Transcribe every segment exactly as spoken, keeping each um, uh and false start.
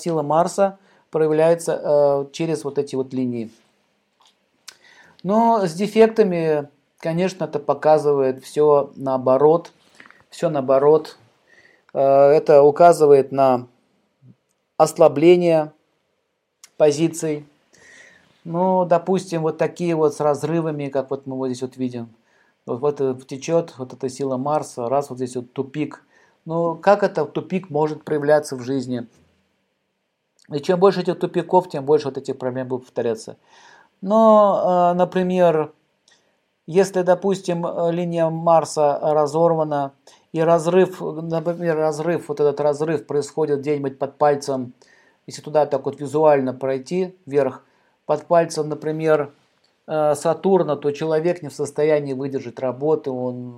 сила Марса проявляется э, через вот эти вот линии. Но с дефектами, конечно, это показывает все наоборот. Все наоборот. Э, это указывает на ослабление позиций. Ну, допустим, вот такие вот с разрывами, как вот мы вот здесь вот видим. Вот, вот это течет, вот эта сила Марса, раз вот здесь вот тупик. Ну, как это тупик может проявляться в жизни? И чем больше этих тупиков, тем больше вот этих проблем будут повторяться. Но, например, если, допустим, линия Марса разорвана, и разрыв, например, разрыв, вот этот разрыв происходит где-нибудь под пальцем, если туда так вот визуально пройти вверх, под пальцем, например, Сатурна, то человек не в состоянии выдержать работы, он,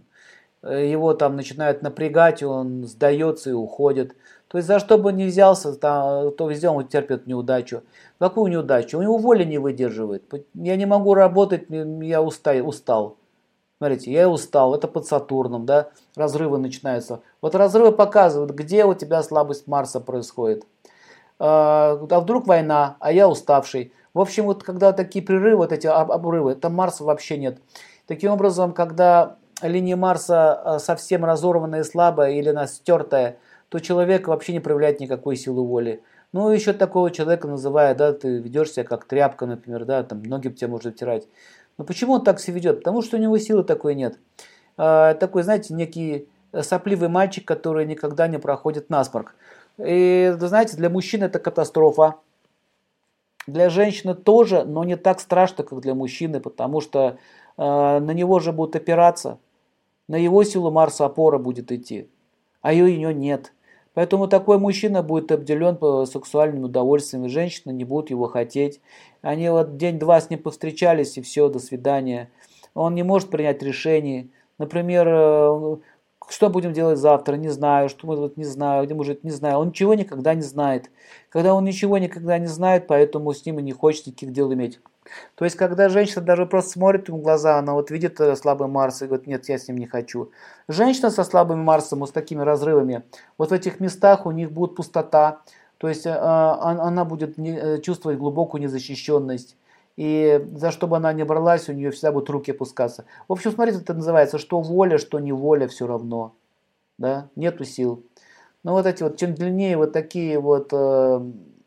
его там начинают напрягать, он сдается и уходит. То есть за что бы ни взялся, то везде он терпит неудачу. Какую неудачу? У него воля не выдерживает. Я не могу работать, я устал. Смотрите, я устал, это под Сатурном, да, разрывы начинаются. Вот разрывы показывают, где у тебя слабость Марса происходит. А вдруг война, а я уставший. В общем, вот когда такие прерывы, вот эти обрывы, там Марса вообще нет. Таким образом, когда линия Марса совсем разорванная и слабая или она стертая, то человек вообще не проявляет никакой силы воли. Ну, еще такого человека называют, да, ты ведешь себя как тряпка, например, да, там ноги тебя можно втирать. Но почему он так себя ведет? Потому что у него силы такой нет. А, такой, знаете, некий сопливый мальчик, который никогда не проходит насморк. И, знаете, для мужчин это катастрофа. Для женщины тоже, но не так страшно, как для мужчины, потому что э, на него же будут опираться. На его силу Марса опора будет идти, а ее, ее нет. Поэтому такой мужчина будет обделен по сексуальным удовольствиям, и женщины не будут его хотеть. Они вот день-два с ним повстречались, и все, до свидания. Он не может принять решений. Например, что будем делать завтра, не знаю, что мы вот не знаю, где может, не знаю. Он ничего никогда не знает. Когда он ничего никогда не знает, поэтому с ним и не хочет никаких дел иметь. То есть, когда женщина даже просто смотрит ему в глаза, она вот видит слабый Марс и говорит, нет, я с ним не хочу. Женщина со слабым Марсом, вот с такими разрывами, вот в этих местах у них будет пустота, то есть она будет чувствовать глубокую незащищенность. И за что бы она ни бралась, у нее всегда будут руки опускаться. В общем, смотрите, это называется, что воля, что не воля, все равно. Да? Нету сил. Но вот эти вот, чем длиннее вот такие вот, э,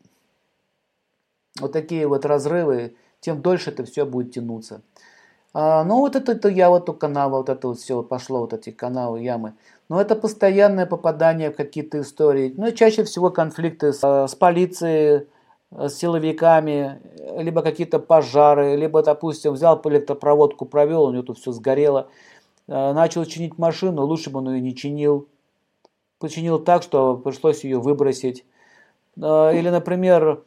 вот такие вот разрывы, тем дольше это все будет тянуться. А, ну вот это, это я вот у канала, вот это вот все пошло, вот эти каналы, ямы. Но это постоянное попадание в какие-то истории. Ну и чаще всего конфликты с, с полицией, с силовиками, либо какие-то пожары, либо, допустим, взял электропроводку, провел, у него тут все сгорело. Начал чинить машину, лучше бы он ее не чинил. Починил так, что пришлось ее выбросить. Или, например,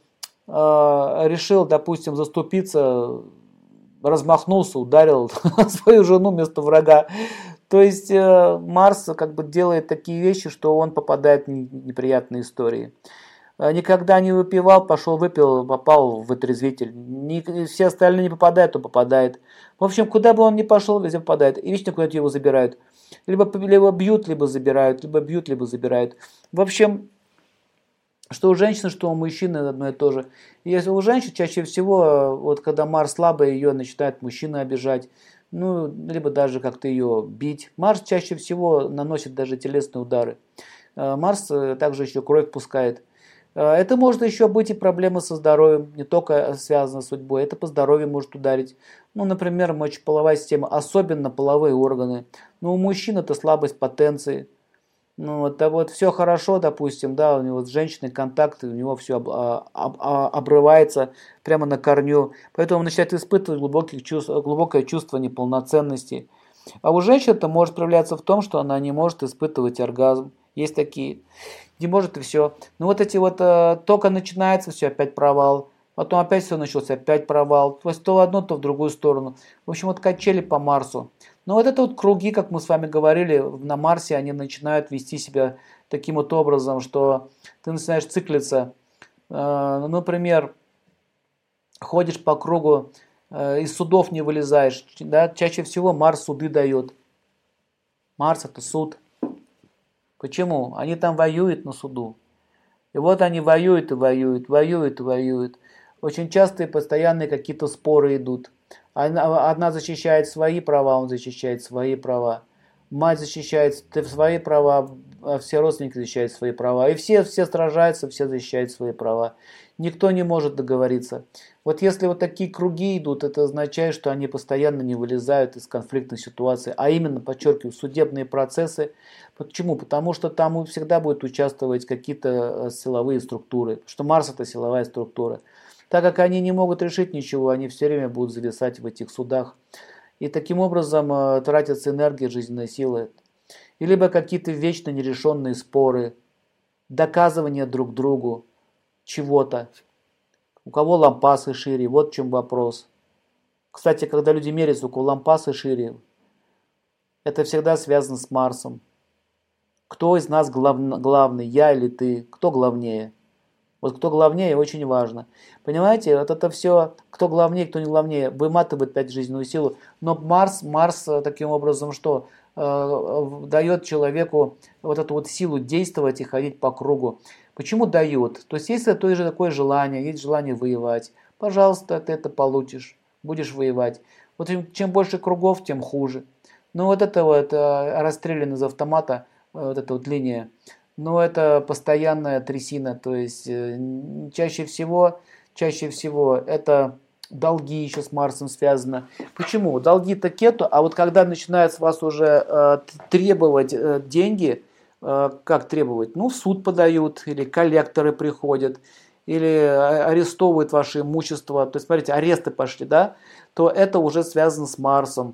решил, допустим, заступиться, размахнулся, ударил свою жену вместо врага. То есть Марс как бы делает такие вещи, что он попадает в неприятные истории. Никогда не выпивал, пошел выпил, попал в отрезвитель. Не, все остальные не попадают, то попадает. В общем, куда бы он ни пошел, везде попадает. И вечно куда-то его забирают. Либо, либо бьют, либо забирают. Либо бьют, либо забирают. В общем, что у женщины, что у мужчины одно и то же. Если у женщин чаще всего, вот когда Марс слабый, ее начинает мужчина обижать. Ну, либо даже как-то ее бить. Марс чаще всего наносит даже телесные удары. Марс также еще кровь пускает. Это может еще быть и проблемы со здоровьем, не только связано с судьбой, это по здоровью может ударить. Ну, например, мочеполовая система, особенно половые органы. Ну, у мужчин это слабость потенции. Ну, это вот все хорошо, допустим, да, у него с женщиной контакт, у него все об, об, об, обрывается прямо на корню. Поэтому он начинает испытывать глубоких чувств, глубокое чувство неполноценности. А у женщин это может проявляться в том, что она не может испытывать оргазм. Есть такие. Не может и все. Ну вот эти вот, э, только начинается, все, опять провал. Потом опять все началось, опять провал. То есть то в одну, то в другую сторону. В общем, вот качели по Марсу. Но вот это вот круги, как мы с вами говорили, на Марсе они начинают вести себя таким вот образом, что ты начинаешь циклиться. Э, например, ходишь по кругу, э, из судов не вылезаешь. Да? Чаще всего Марс суды дает. Марс это суд. Почему? Они там воюют на суду. И вот они воюют и воюют, воюют и воюют. Очень часто и постоянные какие-то споры идут. Одна, одна защищает свои права, он защищает свои права. Мать защищает свои права, а все родственники защищают свои права. И все, все сражаются, все защищают свои права. Никто не может договориться. Вот если вот такие круги идут, это означает, что они постоянно не вылезают из конфликтной ситуации. А именно, подчеркиваю, судебные процессы. Почему? Потому что там всегда будут участвовать какие-то силовые структуры. Потому что Марс – это силовая структура. Так как они не могут решить ничего, они все время будут зависать в этих судах. И таким образом э, тратятся энергия, жизненные силы. И либо какие-то вечно нерешенные споры, доказывания друг другу чего-то. У кого лампасы шире, вот в чем вопрос. Кстати, когда люди меряются, у кого лампасы шире, это всегда связано с Марсом. Кто из нас глав... главный, я или ты? Кто главнее? Вот кто главнее, очень важно. Понимаете, вот это все, кто главнее, кто не главнее, выматывает опять жизненную силу. Но Марс, Марс таким образом что? Э, дает человеку вот эту вот силу действовать и ходить по кругу. Почему дает? То есть если то же такое желание, есть желание воевать, пожалуйста, ты это получишь, будешь воевать. Вот чем больше кругов, тем хуже. Ну вот это вот э, расстрелян из автомата, э, вот эта вот линия. Но это постоянная трясина, то есть э, чаще всего, чаще всего это долги еще с Марсом связано. Почему? Долги-то кету, а вот когда начинают с вас уже э, требовать э, деньги, э, как требовать? Ну, в суд подают, или коллекторы приходят, или арестовывают ваше имущество, то есть, смотрите, аресты пошли, да, то это уже связано с Марсом.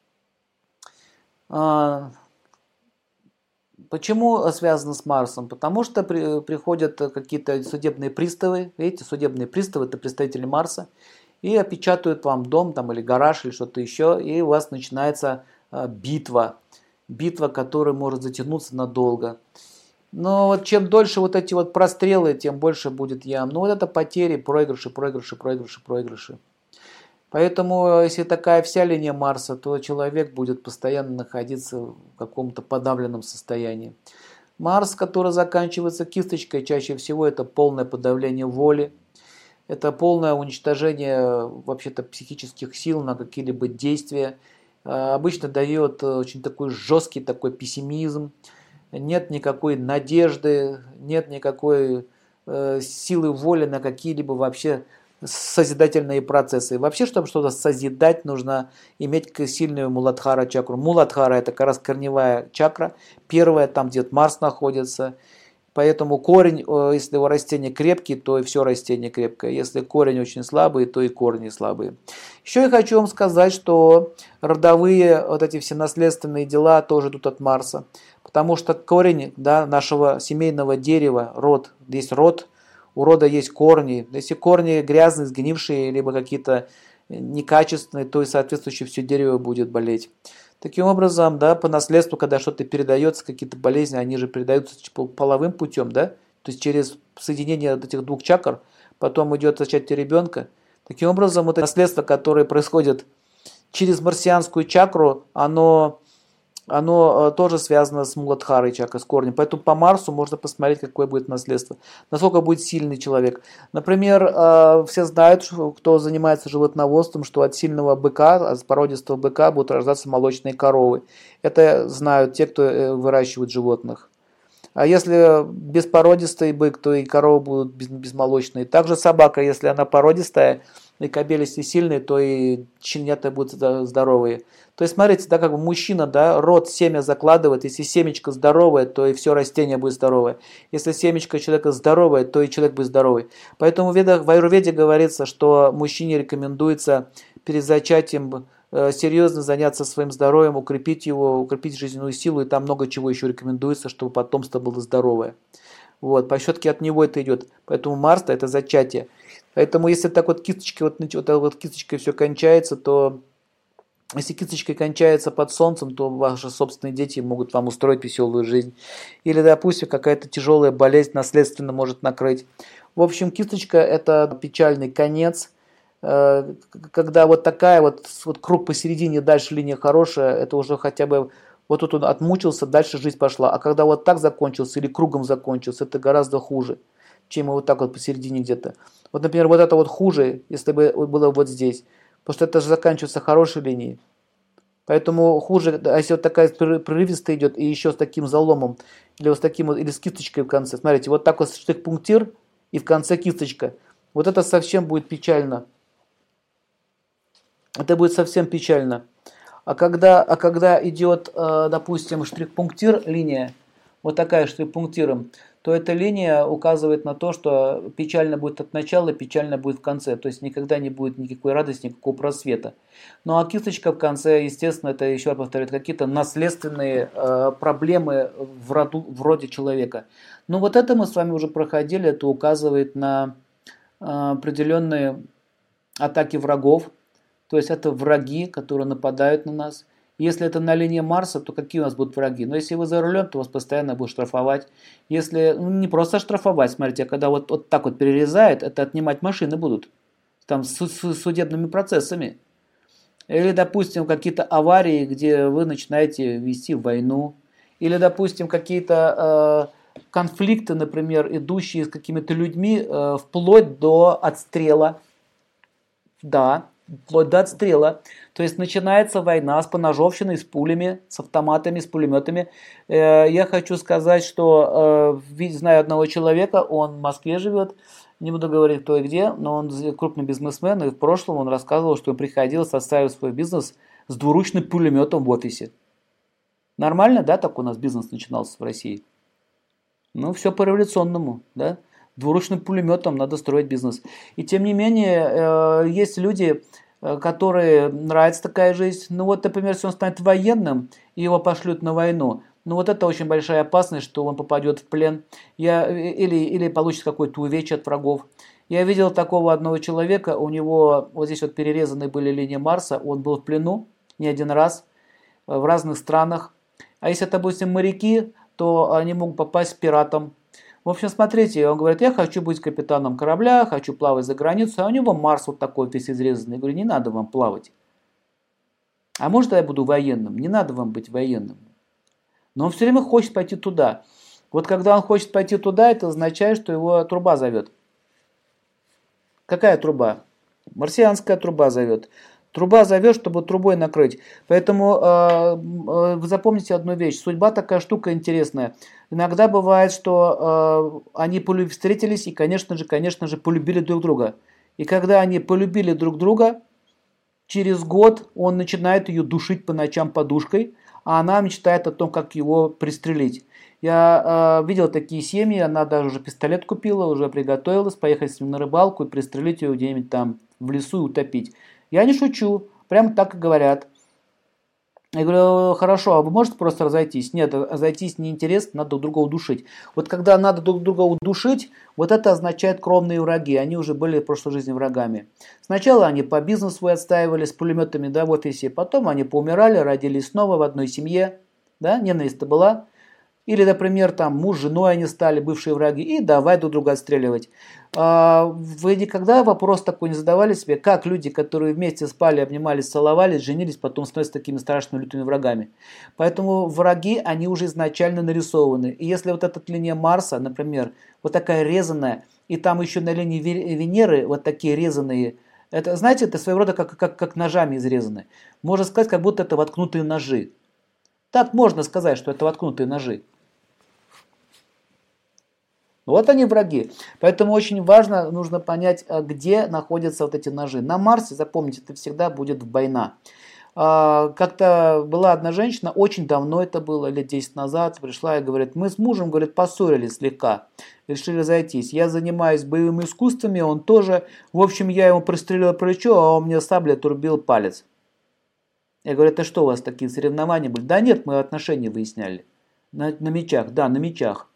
Почему связано с Марсом? Потому что при, приходят какие-то судебные приставы, видите, судебные приставы, это представители Марса, и опечатают вам дом там, или гараж, или что-то еще, и у вас начинается э, битва, битва, которая может затянуться надолго. Но вот чем дольше вот эти вот прострелы, тем больше будет ям. Ну вот это потери, проигрыши, проигрыши, проигрыши, проигрыши. Поэтому, если такая вся линия Марса, то человек будет постоянно находиться в каком-то подавленном состоянии. Марс, который заканчивается кисточкой, чаще всего это полное подавление воли, это полное уничтожение вообще-то психических сил на какие-либо действия. Обычно дает очень такой жесткий такой пессимизм, нет никакой надежды, нет никакой э, силы воли на какие-либо вообще созидательные процессы. Вообще, чтобы что-то созидать, нужно иметь сильную Муладхара чакру. Муладхара – это как раз корневая чакра, первая, там, где Марс находится. Поэтому корень, если у растения крепкий, то и все растение крепкое. Если корень очень слабый, то и корни слабые. Еще я хочу вам сказать, что родовые, вот эти все наследственные дела тоже идут от Марса. Потому что корень, да, нашего семейного дерева, род, есть род, у рода есть корни. Если корни грязные, сгнившие, либо какие-то некачественные, то и соответствующее все дерево будет болеть. Таким образом, да, по наследству, когда что-то передается, какие-то болезни, они же передаются половым путем, да, то есть через соединение вот этих двух чакр, потом идет зачатие ребенка. Таким образом, вот это наследство, которое происходит через марсианскую чакру, оно... оно тоже связано с Муладхарой чакрой, с корнем. Поэтому по Марсу можно посмотреть, какое будет наследство. Насколько будет сильный человек. Например, все знают, кто занимается животноводством, что от сильного быка, от породистого быка будут рождаться молочные коровы. Это знают те, кто выращивает животных. А если беспородистый бык, то и коровы будут безмолочные. Также собака, если она породистая, и кобель, если сильный, то и щенята будут здоровые. То есть, смотрите, да, как бы мужчина, да, род, семя закладывает. Если семечко здоровое, то и все растение будет здоровое. Если семечко человека здоровое, то и человек будет здоровый. Поэтому в, ведах, в аюрведе говорится, что мужчине рекомендуется перед зачатием э, серьезно заняться своим здоровьем, укрепить его, укрепить жизненную силу. И там много чего еще рекомендуется, чтобы потомство было здоровое. Вот, по щетке от него это идет. Поэтому Марс это зачатие. Поэтому если так вот кисточкой, вот, вот, вот кисточкой все кончается, то если кисточкой кончается под солнцем, то ваши собственные дети могут вам устроить веселую жизнь. Или, допустим, какая-то тяжелая болезнь наследственно может накрыть. В общем, кисточка это печальный конец. Когда вот такая вот, вот круг посередине, дальше линия хорошая, это уже хотя бы вот тут он отмучился, дальше жизнь пошла. А когда вот так закончился или кругом закончился, это гораздо хуже. чем вот так вот посередине где-то. Вот, например, вот это вот хуже, если бы было вот здесь. Потому что это же заканчивается хорошей линией. Поэтому хуже, а если вот такая прерывистая идет и еще с таким заломом, или вот с таким вот, или с кисточкой в конце. Смотрите, вот так вот штрих-пунктир и в конце кисточка. Вот это совсем будет печально. Это будет совсем печально. А когда, а когда идет, допустим, штрих-пунктир, линия, вот такая штрих-пунктиром, то эта линия указывает на то, что печально будет от начала, печально будет в конце. То есть никогда не будет никакой радости, никакого просвета. Ну а кисточка в конце, естественно, это, еще раз повторяю, какие-то наследственные э, проблемы в роду, в роде человека. Но вот это мы с вами уже проходили, это указывает на э, определенные атаки врагов. То есть это враги, которые нападают на нас. Если это на линии Марса, то какие у нас будут враги? Но если вы за рулем, то вас постоянно будут штрафовать. Если, ну, не просто штрафовать, смотрите, а когда вот, вот так вот перерезает, это отнимать машины будут. Там с, с судебными процессами. Или, допустим, какие-то аварии, где вы начинаете вести войну. Или, допустим, какие-то э, конфликты, например, идущие с какими-то людьми, э, вплоть до отстрела. Да, вплоть до отстрела. То есть начинается война с поножовщиной, с пулями, с автоматами, с пулеметами. Я хочу сказать, что знаю одного человека, он в Москве живет, не буду говорить кто и где, но он крупный бизнесмен, и в прошлом он рассказывал, что им приходилось отстаивать свой бизнес с двуручным пулеметом в офисе. Нормально, да, так у нас бизнес начинался в России? Ну, все по-революционному, да? Двуручным пулеметом надо строить бизнес. И тем не менее, есть люди, которые нравится такая жизнь. Ну вот, например, если он станет военным, и его пошлют на войну, ну вот это очень большая опасность, что он попадет в плен я, или, или получит какое-то увечье от врагов. Я видел такого одного человека, у него вот здесь вот перерезаны были линии Марса, он был в плену не один раз в разных странах. А если, допустим, моряки, то они могут попасть пиратам. В общем, смотрите, он говорит, я хочу быть капитаном корабля, хочу плавать за границу, а у него Марс вот такой весь изрезанный. Я говорю, не надо вам плавать. А может, я буду военным? Не надо вам быть военным. Но он все время хочет пойти туда. Вот когда он хочет пойти туда, это означает, что его труба зовет. Какая труба? Марсианская труба зовет. Труба зовет, чтобы трубой накрыть. Поэтому э, э, вы запомните одну вещь. Судьба такая штука интересная. Иногда бывает, что э, они полюб... встретились и, конечно же, конечно же, полюбили друг друга. И когда они полюбили друг друга, через год он начинает ее душить по ночам подушкой, а она мечтает о том, как его пристрелить. Я э, видел такие семьи, она даже уже пистолет купила, уже приготовилась поехать с ним на рыбалку и пристрелить ее где-нибудь там в лесу и утопить. Я не шучу, прямо так и говорят. Я говорю, хорошо, а вы можете просто разойтись? Нет, разойтись неинтересно, надо друг друга удушить. Вот когда надо друг друга удушить, вот это означает кровные враги. Они уже были в прошлой жизни врагами. Сначала они по бизнесу свой отстаивали с пулеметами, да, в офисе. Потом они поумирали, родились снова в одной семье. Да, ненависть-то была. Или, например, там муж с женой они стали, бывшие враги, и давай друг друга отстреливать. Вы никогда вопрос такой не задавали себе, как люди, которые вместе спали, обнимались, целовались, женились, потом становятся такими страшными лютыми врагами. Поэтому враги, они уже изначально нарисованы. И если вот эта линия Марса, например, вот такая резаная, и там еще на линии Венеры вот такие резаные, это, знаете, это своего рода как, как, как ножами изрезаны. Можно сказать, как будто это воткнутые ножи. Так можно сказать, что это воткнутые ножи. Вот они враги. Поэтому очень важно, нужно понять, где находятся вот эти ножи. На Марсе, запомните, это всегда будет война. Как-то была одна женщина, очень давно это было, лет десять назад, пришла и говорит, мы с мужем, говорит, поссорились слегка, решили разойтись. Я занимаюсь боевыми искусствами, он тоже. В общем, я ему пристрелил плечо, а он мне саблей отрубил палец. Я говорю, это что у вас такие соревнования были? Да нет, мы отношения выясняли. На, на мечах, да, на мечах.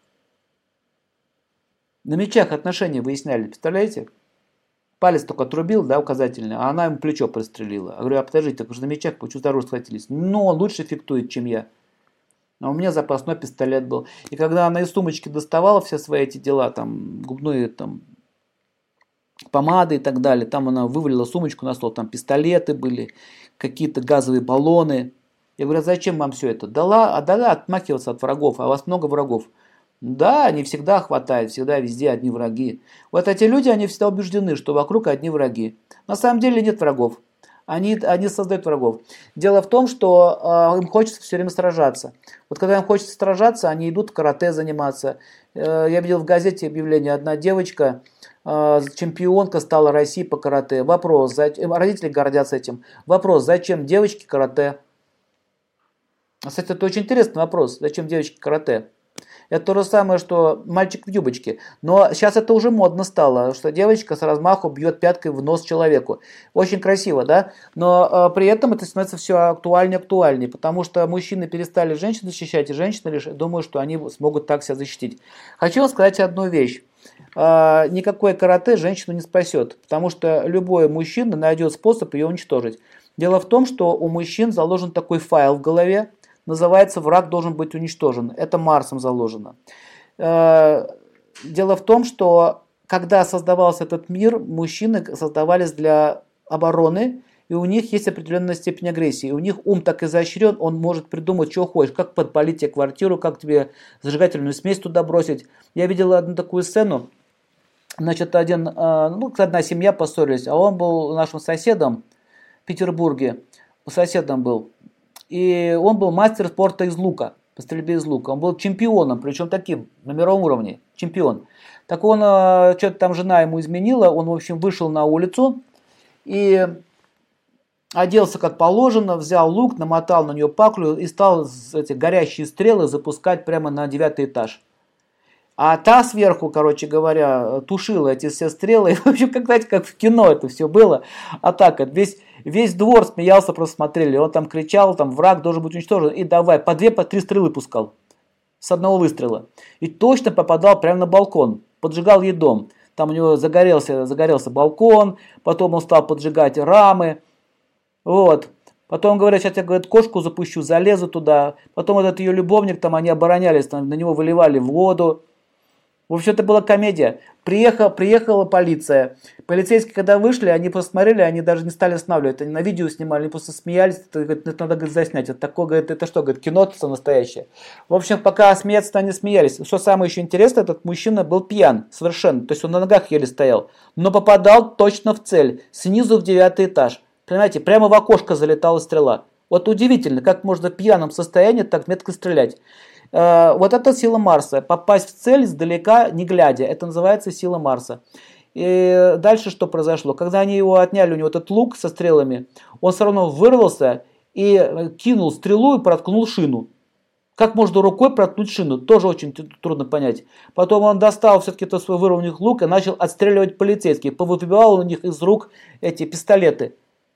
На мечах отношения выясняли, представляете? Палец только отрубил, да, указательный, а она ему плечо прострелила. Я говорю, а подождите, так уже на мечах, почему здорово схватились? Ну, он лучше фехтует, чем я. А у меня запасной пистолет был. И когда она из сумочки доставала все свои эти дела, там, губные, там, помады и так далее, там она вывалила сумочку на стол, там пистолеты были, какие-то газовые баллоны. Я говорю, а зачем вам все это? Дала, а дала отмахиваться от врагов, а у вас много врагов. Да, не всегда хватает, всегда везде одни враги. Вот эти люди, они всегда убеждены, что вокруг одни враги. На самом деле нет врагов. Они, они создают врагов. Дело в том, что э, им хочется все время сражаться. Вот когда им хочется сражаться, они идут в карате заниматься. Э, я видел в газете объявление, одна девочка, э, чемпионка стала России по карате. Вопрос, зачем, родители гордятся этим. Вопрос, зачем девочке карате? Кстати, это очень интересный вопрос, зачем девочке карате? Это то же самое, что мальчик в юбочке. Но сейчас это уже модно стало, что девочка с размаху бьет пяткой в нос человеку. Очень красиво, да? Но э, при этом это становится все актуальнее и актуальнее, потому что мужчины перестали женщин защищать, и женщины лишь думают, что они смогут так себя защитить. Хочу вам сказать одну вещь. Э, никакое карате женщину не спасет, потому что любой мужчина найдет способ ее уничтожить. Дело в том, что у мужчин заложен такой файл в голове, называется «Враг должен быть уничтожен». Это Марсом заложено. Дело в том, что когда создавался этот мир, мужчины создавались для обороны, и у них есть определенная степень агрессии. У них ум так изощрен, он может придумать, что хочешь, как подпалить тебе квартиру, как тебе зажигательную смесь туда бросить. Я видел одну такую сцену. Значит, один, ну, одна семья поссорились, а он был нашим соседом в Петербурге. Соседом был. И он был мастер спорта из лука, по стрельбе из лука. Он был чемпионом, причем таким, на мировом уровне, чемпион. Так он, что-то там жена ему изменила, он, в общем, вышел на улицу и оделся как положено, взял лук, намотал на нее паклю и стал эти горящие стрелы запускать прямо на девятый этаж. А та сверху, короче говоря, тушила эти все стрелы. И, в общем, как, знаете, как в кино это все было. А так, весь, весь двор смеялся, просто смотрели. Он там кричал, там враг должен быть уничтожен. И давай, по две, по три стрелы пускал. С одного выстрела. И точно попадал прямо на балкон. Поджигал ей дом. Там у него загорелся, загорелся балкон. Потом он стал поджигать рамы. Вот. Потом, говорят, сейчас я, говорят, кошку запущу, залезу туда. Потом вот этот ее любовник, там они оборонялись, там на него выливали воду. В общем, это была комедия. Приехала, приехала полиция. Полицейские, когда вышли, они посмотрели, они даже не стали останавливать. Они на видео снимали, они просто смеялись. Это, говорит, это надо, говорит, заснять. Это такое, говорит, это что, говорит, кино-то настоящее. В общем, пока смеяться они смеялись. Что самое еще интересное, этот мужчина был пьян совершенно. То есть он на ногах еле стоял. Но попадал точно в цель. Снизу в девятый этаж. Понимаете, прямо в окошко залетала стрела. Вот удивительно, как можно в пьяном состоянии так метко стрелять. Вот это сила Марса. Попасть в цель издалека, не глядя. Это называется сила Марса. И дальше что произошло? Когда они его отняли, у него этот лук со стрелами, он все равно вырвался и кинул стрелу и проткнул шину. Как можно рукой проткнуть шину? Тоже очень трудно понять. Потом он достал все-таки свой вырванный лук и начал отстреливать полицейских. Повыбивал у них из рук эти пистолеты.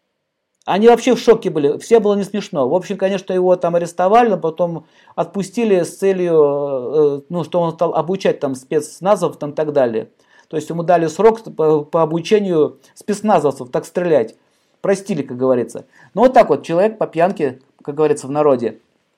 Они вообще в шоке были, все было не смешно. В общем, конечно, его там арестовали, но потом отпустили с целью, ну, что он стал обучать там спецназов там, и так далее. То есть ему дали срок по, по обучению спецназовцев так стрелять. Простили, как говорится. Ну вот так вот, человек по пьянке, как говорится в народе,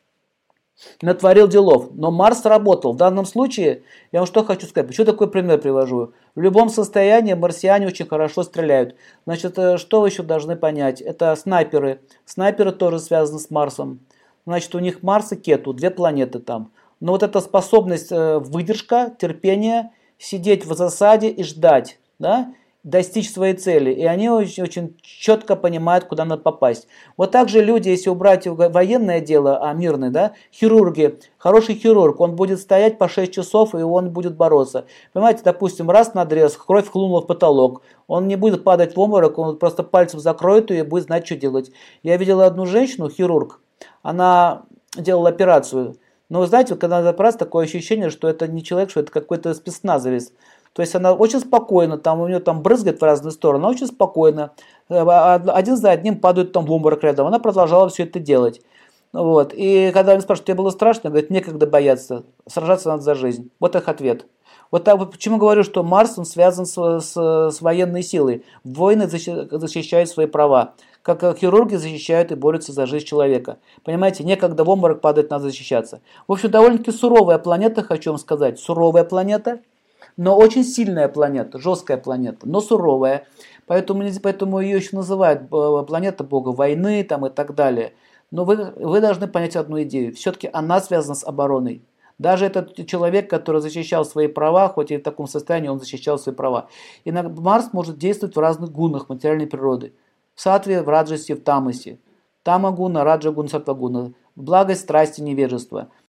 натворил делов. Но Марс работал. В данном случае, я вам что хочу сказать, почему такой пример привожу. В любом состоянии марсиане очень хорошо стреляют. Значит, что вы еще должны понять? Это снайперы. Снайперы тоже связаны с Марсом. Значит, у них Марс и Кету, две планеты там. Но вот эта способность, выдержка, терпение, сидеть в засаде и ждать, да, достичь своей цели. И они очень, очень четко понимают, куда надо попасть. Вот так же люди, если убрать военное дело, а мирное, да, хирурги, хороший хирург, он будет стоять по шесть часов, и он будет бороться. Понимаете, допустим, раз надрез, кровь хлынула в потолок, он не будет падать в обморок, он просто пальцем закроет ее и будет знать, что делать. Я видел одну женщину, хирург, она делала операцию. Но вы знаете, когда она операция, такое ощущение, что это не человек, что это какой-то спецназовец. То есть она очень спокойно, там у нее там брызгает в разные стороны, она очень спокойно, один за одним падают там в обморок рядом, она продолжала все это делать. Вот. И когда они спрашивают, тебе было страшно, говорит, некогда бояться, сражаться надо за жизнь. Вот их ответ. Вот так, вот почему говорю, что Марс он связан с, с, с военной силой. Воины защищают свои права, как хирурги защищают и борются за жизнь человека. Понимаете, некогда в обморок падать, надо защищаться. В общем, довольно-таки суровая планета, хочу вам сказать, суровая планета. Но очень сильная планета, жесткая планета, но суровая. Поэтому, поэтому ее еще называют планета бога войны там, и так далее. Но вы, вы должны понять одну идею. Все-таки она связана с обороной. Даже этот человек, который защищал свои права, хоть и в таком состоянии, он защищал свои права. И Марс может действовать в разных гунах материальной природы. В сатве, в раджасе, в тамасе. Тамагуна, раджагуна, сатвагуна. Благость, страсть и невежество.